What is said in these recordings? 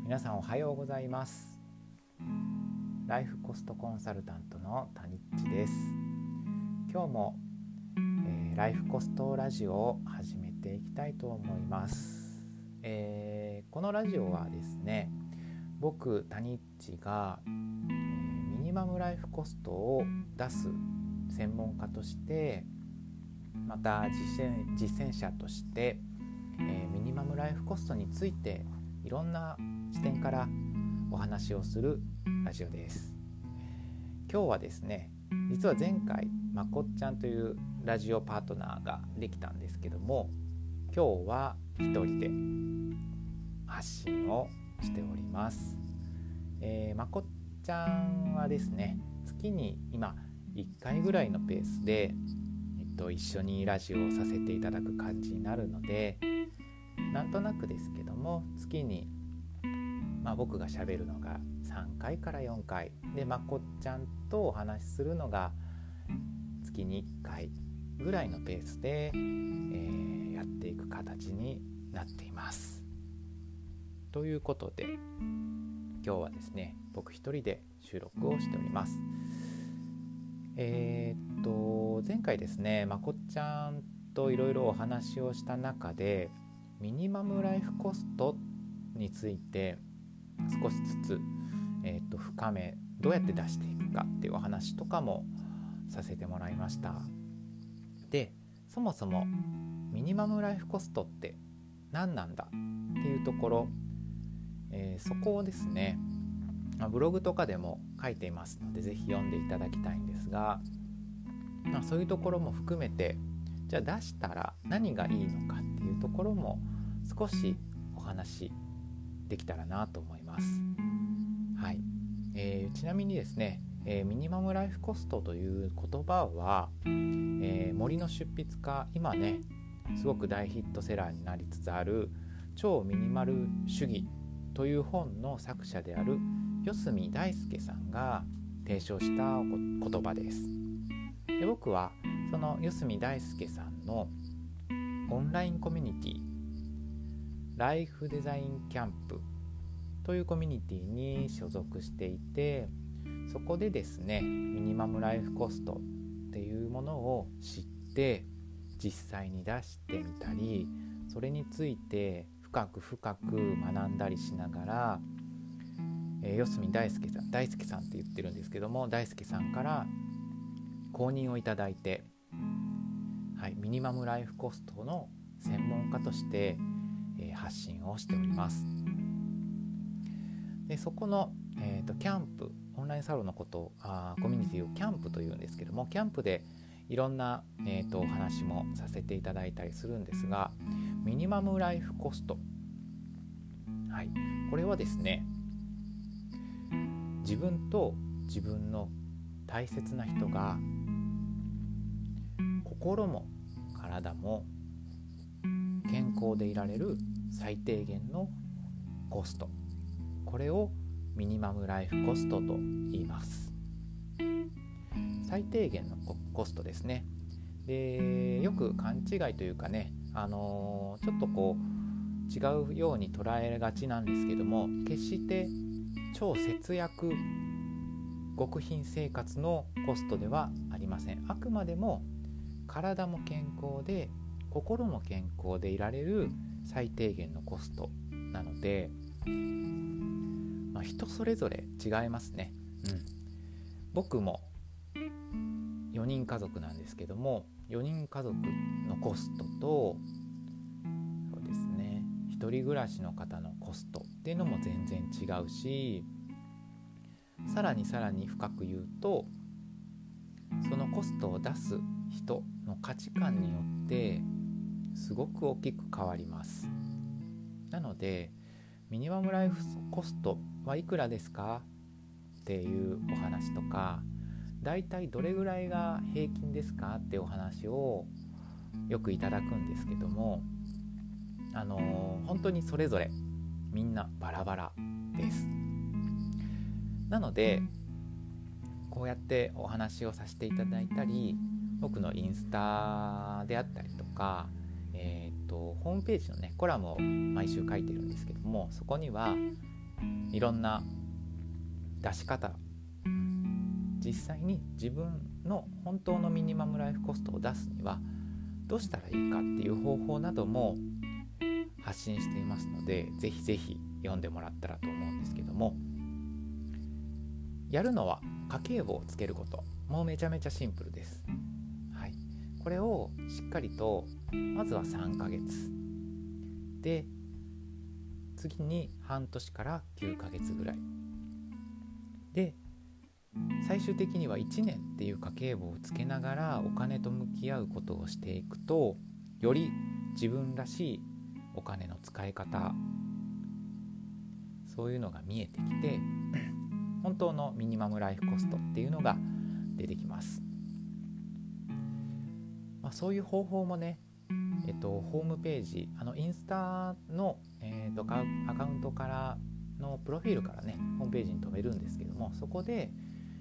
皆さんおはようございます。ライフコストコンサルタントのタニッチです。今日も、ライフコストラジオを始めていきたいと思います。このラジオはですね、僕タニッチが、ミニマムライフコストを出す専門家として、また実践者として、ミニマムライフコストについていろんな視点からお話をするラジオです。今日はですね、実は前回まこっちゃんというラジオパートナーができたんですけども、今日は一人で発信をしております。まこっちゃんはですね、月に今1回ぐらいのペースで、一緒にラジオをさせていただく感じになるので、なんとなくですけども月に、僕が喋るのが3回から4回で、まこっちゃんとお話しするのが月に1回ぐらいのペースで、やっていく形になっています。ということで今日はですね、僕一人で収録をしております。前回ですね、まこっちゃんといろいろお話をした中で、ミニマムライフコストについて少しずつ、深めどうやって出していくかっていうお話とかもさせてもらいました。で、そもそもミニマムライフコストって何なんだっていうところ、そこをですね、ブログとかでも書いていますので、ぜひ読んでいただきたいんですが、そういうところも含めて、じゃあ出したら何がいいのかっていうところも少しお話できたらなと思います。はい。ちなみにですね、ミニマムライフコストという言葉は、森の執筆家、今ねすごく大ヒットセラーになりつつある超ミニマル主義という本の作者である四隅大輔さんが提唱した言葉です。で、僕はその四隅大輔さんのオンラインコミュニティライフデザインキャンプというコミュニティに所属していて、そこでですね、ミニマムライフコストっていうものを知って実際に出してみたり、それについて深く学んだりしながら、四隅大輔さんって言ってるんですけども、大輔さんから公認をいただいて、ミニマムライフコストの専門家として、発信をしております。で、そこの、キャンプ、オンラインサロンのことコミュニティをキャンプというんですけども、キャンプでいろんな、お話もさせていただいたりするんですが、ミニマムライフコスト、これはですね、自分と自分の大切な人が心も体も健康でいられる最低限のコスト、これをミニマムライフコストと言います。最低限のコストですね。で、よく勘違いというかね、ちょっと違うように捉えがちなんですけども、決して超節約極貧生活のコストではありません。あくまでも体も健康で心も健康でいられる最低限のコストなので、人それぞれ違いますね。僕も4人家族なんですけども、4人家族のコストと、そうですね、一人暮らしの方のコストっていうのも全然違うし、さらに深く言うと、そのコストを出す人の価値観によってすごく大きく変わります。なので、ミニマムライフコストはいくらですかっていうお話とか、だいたいどれぐらいが平均ですかっていうお話をよくいただくんですけども、本当にそれぞれみんなバラバラです。なので、こうやってお話をさせていただいたり、僕のインスタであったりとか、ホームページのねコラムを毎週書いてるんですけども、そこにはいろんな出し方、実際に自分の本当のミニマムライフコストを出すにはどうしたらいいかっていう方法なども発信していますので、ぜひぜひ読んでもらったらと思うんですけども、やるのは家計簿をつけること。もうめちゃめちゃシンプルです。はい、これをしっかりとまずは3ヶ月で、次に半年から9ヶ月ぐらいで、最終的には1年っていう家計簿をつけながらお金と向き合うことをしていくと、より自分らしいお金の使い方、そういうのが見えてきて本当のミニマムライフコストっていうのが出てきます。そういう方法もね、ホームページ、インスタの、アカウントからのプロフィールからね、ホームページに飛べるんですけども、そこで、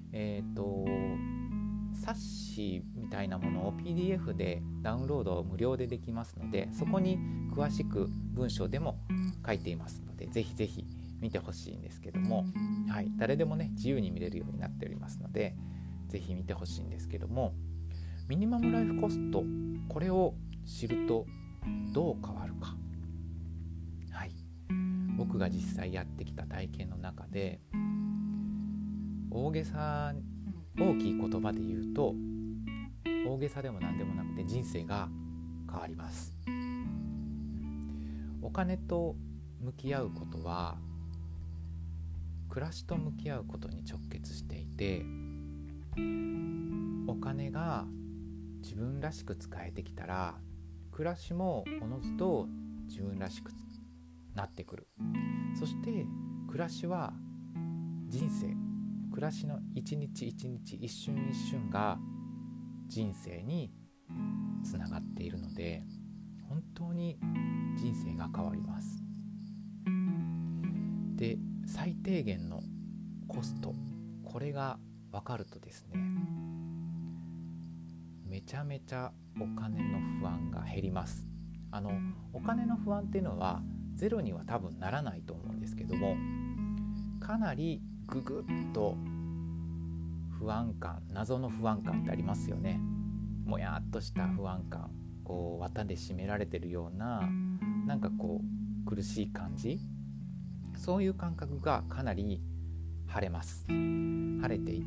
冊子みたいなものを PDF でダウンロード無料でできますので、そこに詳しく文章でも書いていますので、ぜひぜひ見てほしいんですけども、はい、誰でもね自由に見れるようになっておりますので、ぜひ見てほしいんですけども、ミニマムライフコスト、これを知るとどう変わるか。はい、僕が実際やってきた体験の中で、大きい言葉で言うと、大げさでも何でもなくて人生が変わります。お金と向き合うことは暮らしと向き合うことに直結していて、お金が自分らしく使えてきたら、暮らしもおのずと自分らしくなってくる。そして暮らしは人生、暮らしの一日一日、一瞬一瞬が人生につながっているので、本当に人生が変わります。で、最低限のコスト、これが分かるとですね、めちゃめちゃお金の不安が減ります。お金の不安っていうのはゼロには多分ならないと思うんですけども、かなりぐぐっと不安感、謎の不安感ってありますよね。もやっとした不安感、綿で締められてるような、なんか苦しい感じ、そういう感覚がかなり晴れます。晴れていって、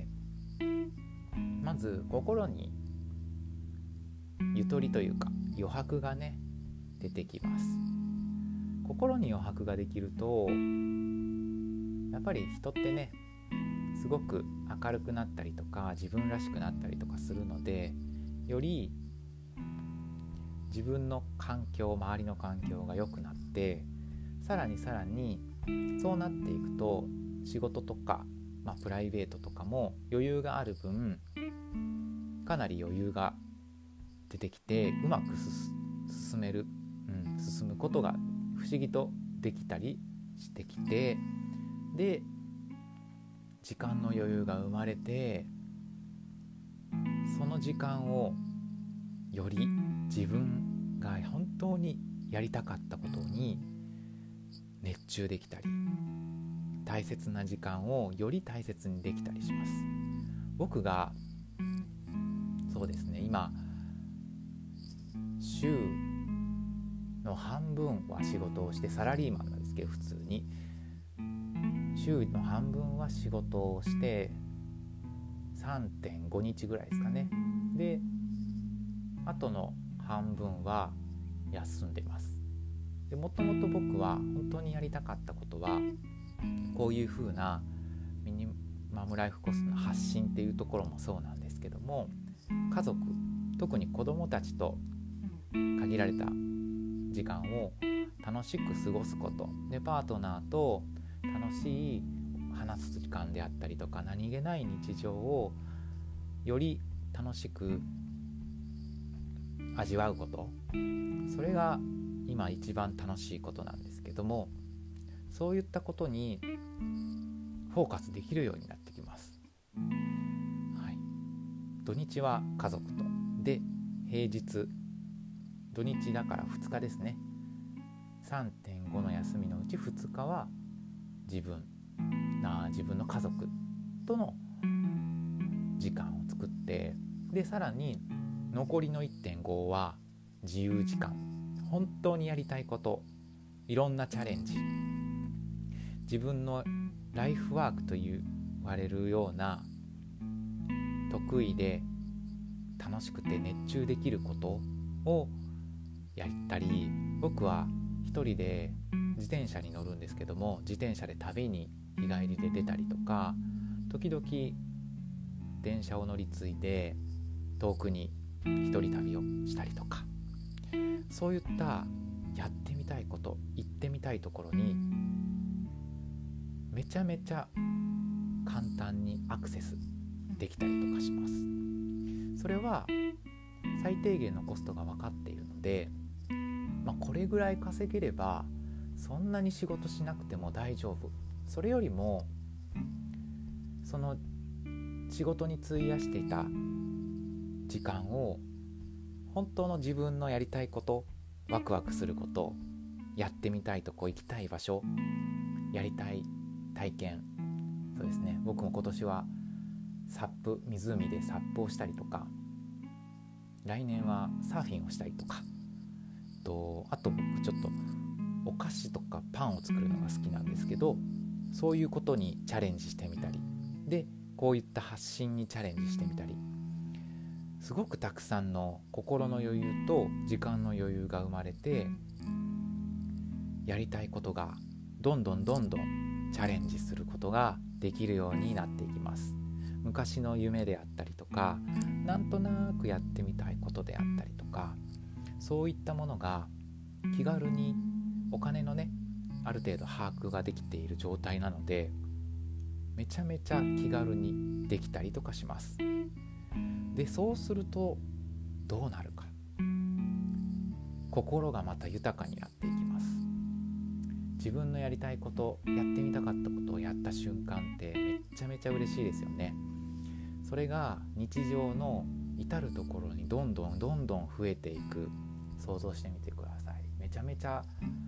まず心にゆとりというか余白がね出てきます。心に余白ができると、やっぱり人ってね、すごく明るくなったりとか自分らしくなったりとかするので、より自分の環境、周りの環境が良くなって、さらにそうなっていくと、仕事とか、プライベートとかも余裕がある分、かなり余裕が出てきて、うまく進むことが不思議とできたりしてきて、で時間の余裕が生まれて、その時間をより自分が本当にやりたかったことに熱中できたり、大切な時間をより大切にできたりします。僕がそうですね、今週の半分は仕事をして、サラリーマンなんですけど、普通に週の半分は仕事をして 3.5 日ぐらいですかね。で、あとの半分は休んでます。で、もともと僕は本当にやりたかったことは、こういう風なミニマムライフコストの発信っていうところもそうなんですけども、家族、特に子どもたちと限られた時間を楽しく過ごすことで、パートナーと楽しい話す時間であったりとか、何気ない日常をより楽しく味わうこと、それが今一番楽しいことなんですけども、そういったことにフォーカスできるようになってきます。はい、土日は家族とで、平日土日だから2日ですね、 3.5 の休みのうち2日は自分の家族との時間を作って、でさらに残りの 1.5 は自由時間、本当にやりたいこと、いろんなチャレンジ、自分のライフワークと言われるような得意で楽しくて熱中できることをやったり、僕は一人で自転車に乗るんですけども、自転車で旅に日帰りで出たりとか、時々電車を乗り継いで遠くに一人旅をしたりとか、そういったやってみたいこと、行ってみたいところにめちゃめちゃ簡単にアクセスできたりとかします。それは最低限のコストが分かっているので、これぐらい稼げればそんなに仕事しなくても大丈夫。それよりもその仕事に費やしていた時間を本当の自分のやりたいこと、ワクワクすること、やってみたいとこ、行きたい場所、やりたい体験、そうですね、僕も今年は湖でサップをしたりとか、来年はサーフィンをしたりとか、あと僕ちょっとお菓子とかパンを作るのが好きなんですけど、そういうことにチャレンジしてみたりで、こういった発信にチャレンジしてみたり、すごくたくさんの心の余裕と時間の余裕が生まれて、やりたいことがどんどんチャレンジすることができるようになっていきます。昔の夢であったりとか、なんとなくやってみたいことであったりとか、そういったものが気軽にお金のね、ある程度把握ができている状態なので、めちゃめちゃ気軽にできたりとかします。でそうするとどうなるか、心がまた豊かになっていきます。自分のやりたいこと、やってみたかったことをやった瞬間ってめちゃめちゃ嬉しいですよね。それが日常の至るところにどんどん増えていく。想像してみてください。めちゃめちゃ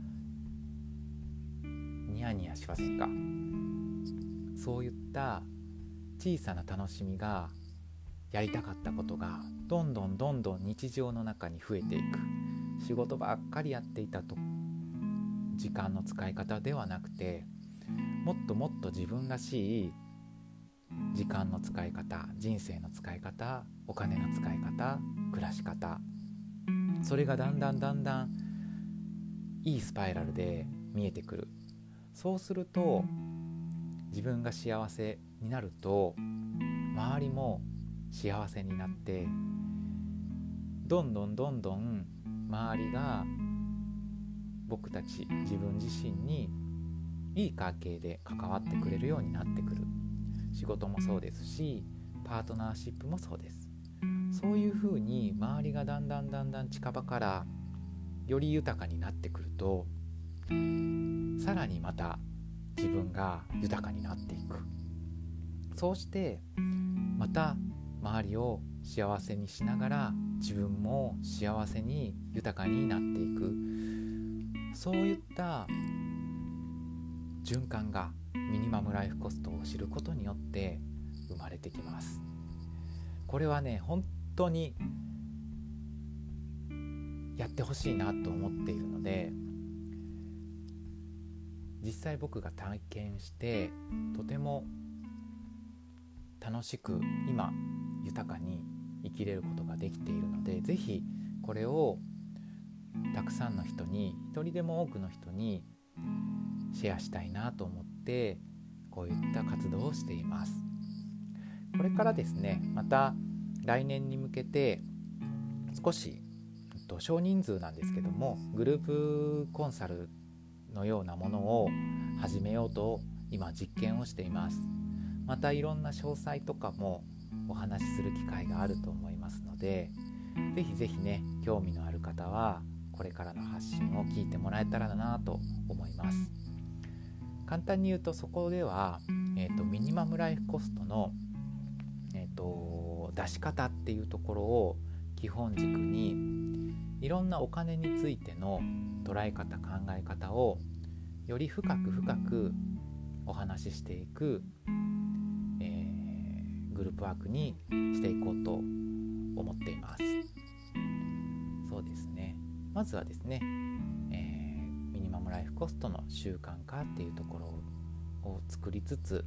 ニヤニヤしませんか？そういった小さな楽しみが、やりたかったことがどんどん日常の中に増えていく。仕事ばっかりやっていたと時間の使い方ではなくて、もっと自分らしい時間の使い方、人生の使い方、お金の使い方、暮らし方、それがだんだんいいスパイラルで見えてくる。そうすると自分が幸せになると、周りも幸せになって、どんどん周りが僕たち自分自身にいい関係で関わってくれるようになってくる。仕事もそうですし、パートナーシップもそうです。そういうふうに周りがだんだん近場からより豊かになってくると、さらにまた自分が豊かになっていく。そうしてまた周りを幸せにしながら、自分も幸せに豊かになっていく。そういった循環がミニマムライフコストを知ることによって生まれてきます。これはね、本当にやってほしいなと思っているので、実際僕が体験してとても楽しく今豊かに生きれることができているので、ぜひこれをたくさんの人に、一人でも多くの人にシェアしたいなと思って、こういった活動をしています。これからですね、また来年に向けて少し少人数なんですけども、グループコンサルのようなものを始めようと今実験をしています。またいろんな詳細とかもお話しする機会があると思いますので、ぜひね、興味のある方はこれからの発信を聞いてもらえたらなと思います。簡単に言うと、そこでは、ミニマムライフコストの、出し方っていうところを基本軸に、いろんなお金についての捉え方、考え方をより深くお話ししていく、グループワークにしていこうと思っています。そうですね、まずはですね、ミニマムライフコストの習慣化っていうところを作りつつ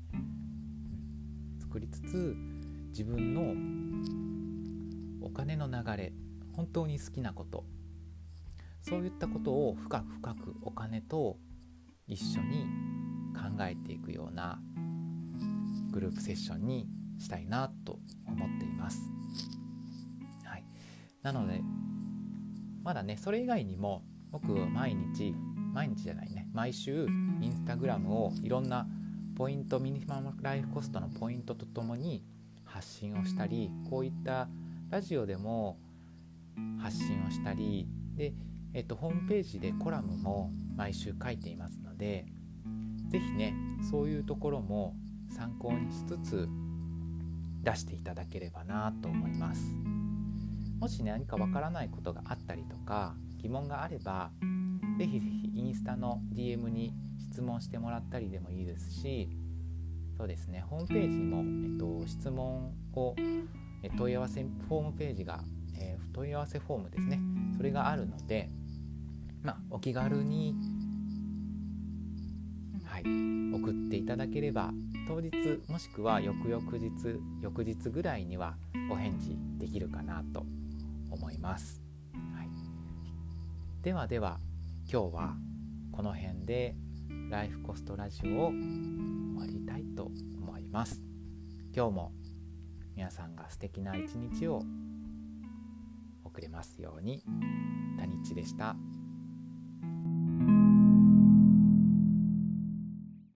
自分のお金の流れ、本当に好きなこと、そういったことを深くお金と一緒に考えていくようなグループセッションにしたいなと思っています。はい、なのでまだね、それ以外にも僕は毎週インスタグラムをいろんなポイント、ミニマムライフコストのポイントとともに発信をしたり、こういったラジオでも発信をしたりで、ホームページでコラムも毎週書いていますので、ぜひね、そういうところも参考にしつつ出していただければなと思います。もし何かわからないことがあったりとか疑問があれば、ぜひインスタの DM に質問してもらったりでもいいですし、そうですね、ホームページにも、質問を問い合わせフォームページが、問い合わせフォームですね、それがあるので、お気軽に、送っていただければ、当日もしくは翌日ぐらいにはお返事できるかなと思います。では今日はこの辺でライフコストラジオを終わりたいと思います。今日も皆さんが素敵な一日を送れますように。たにちでした。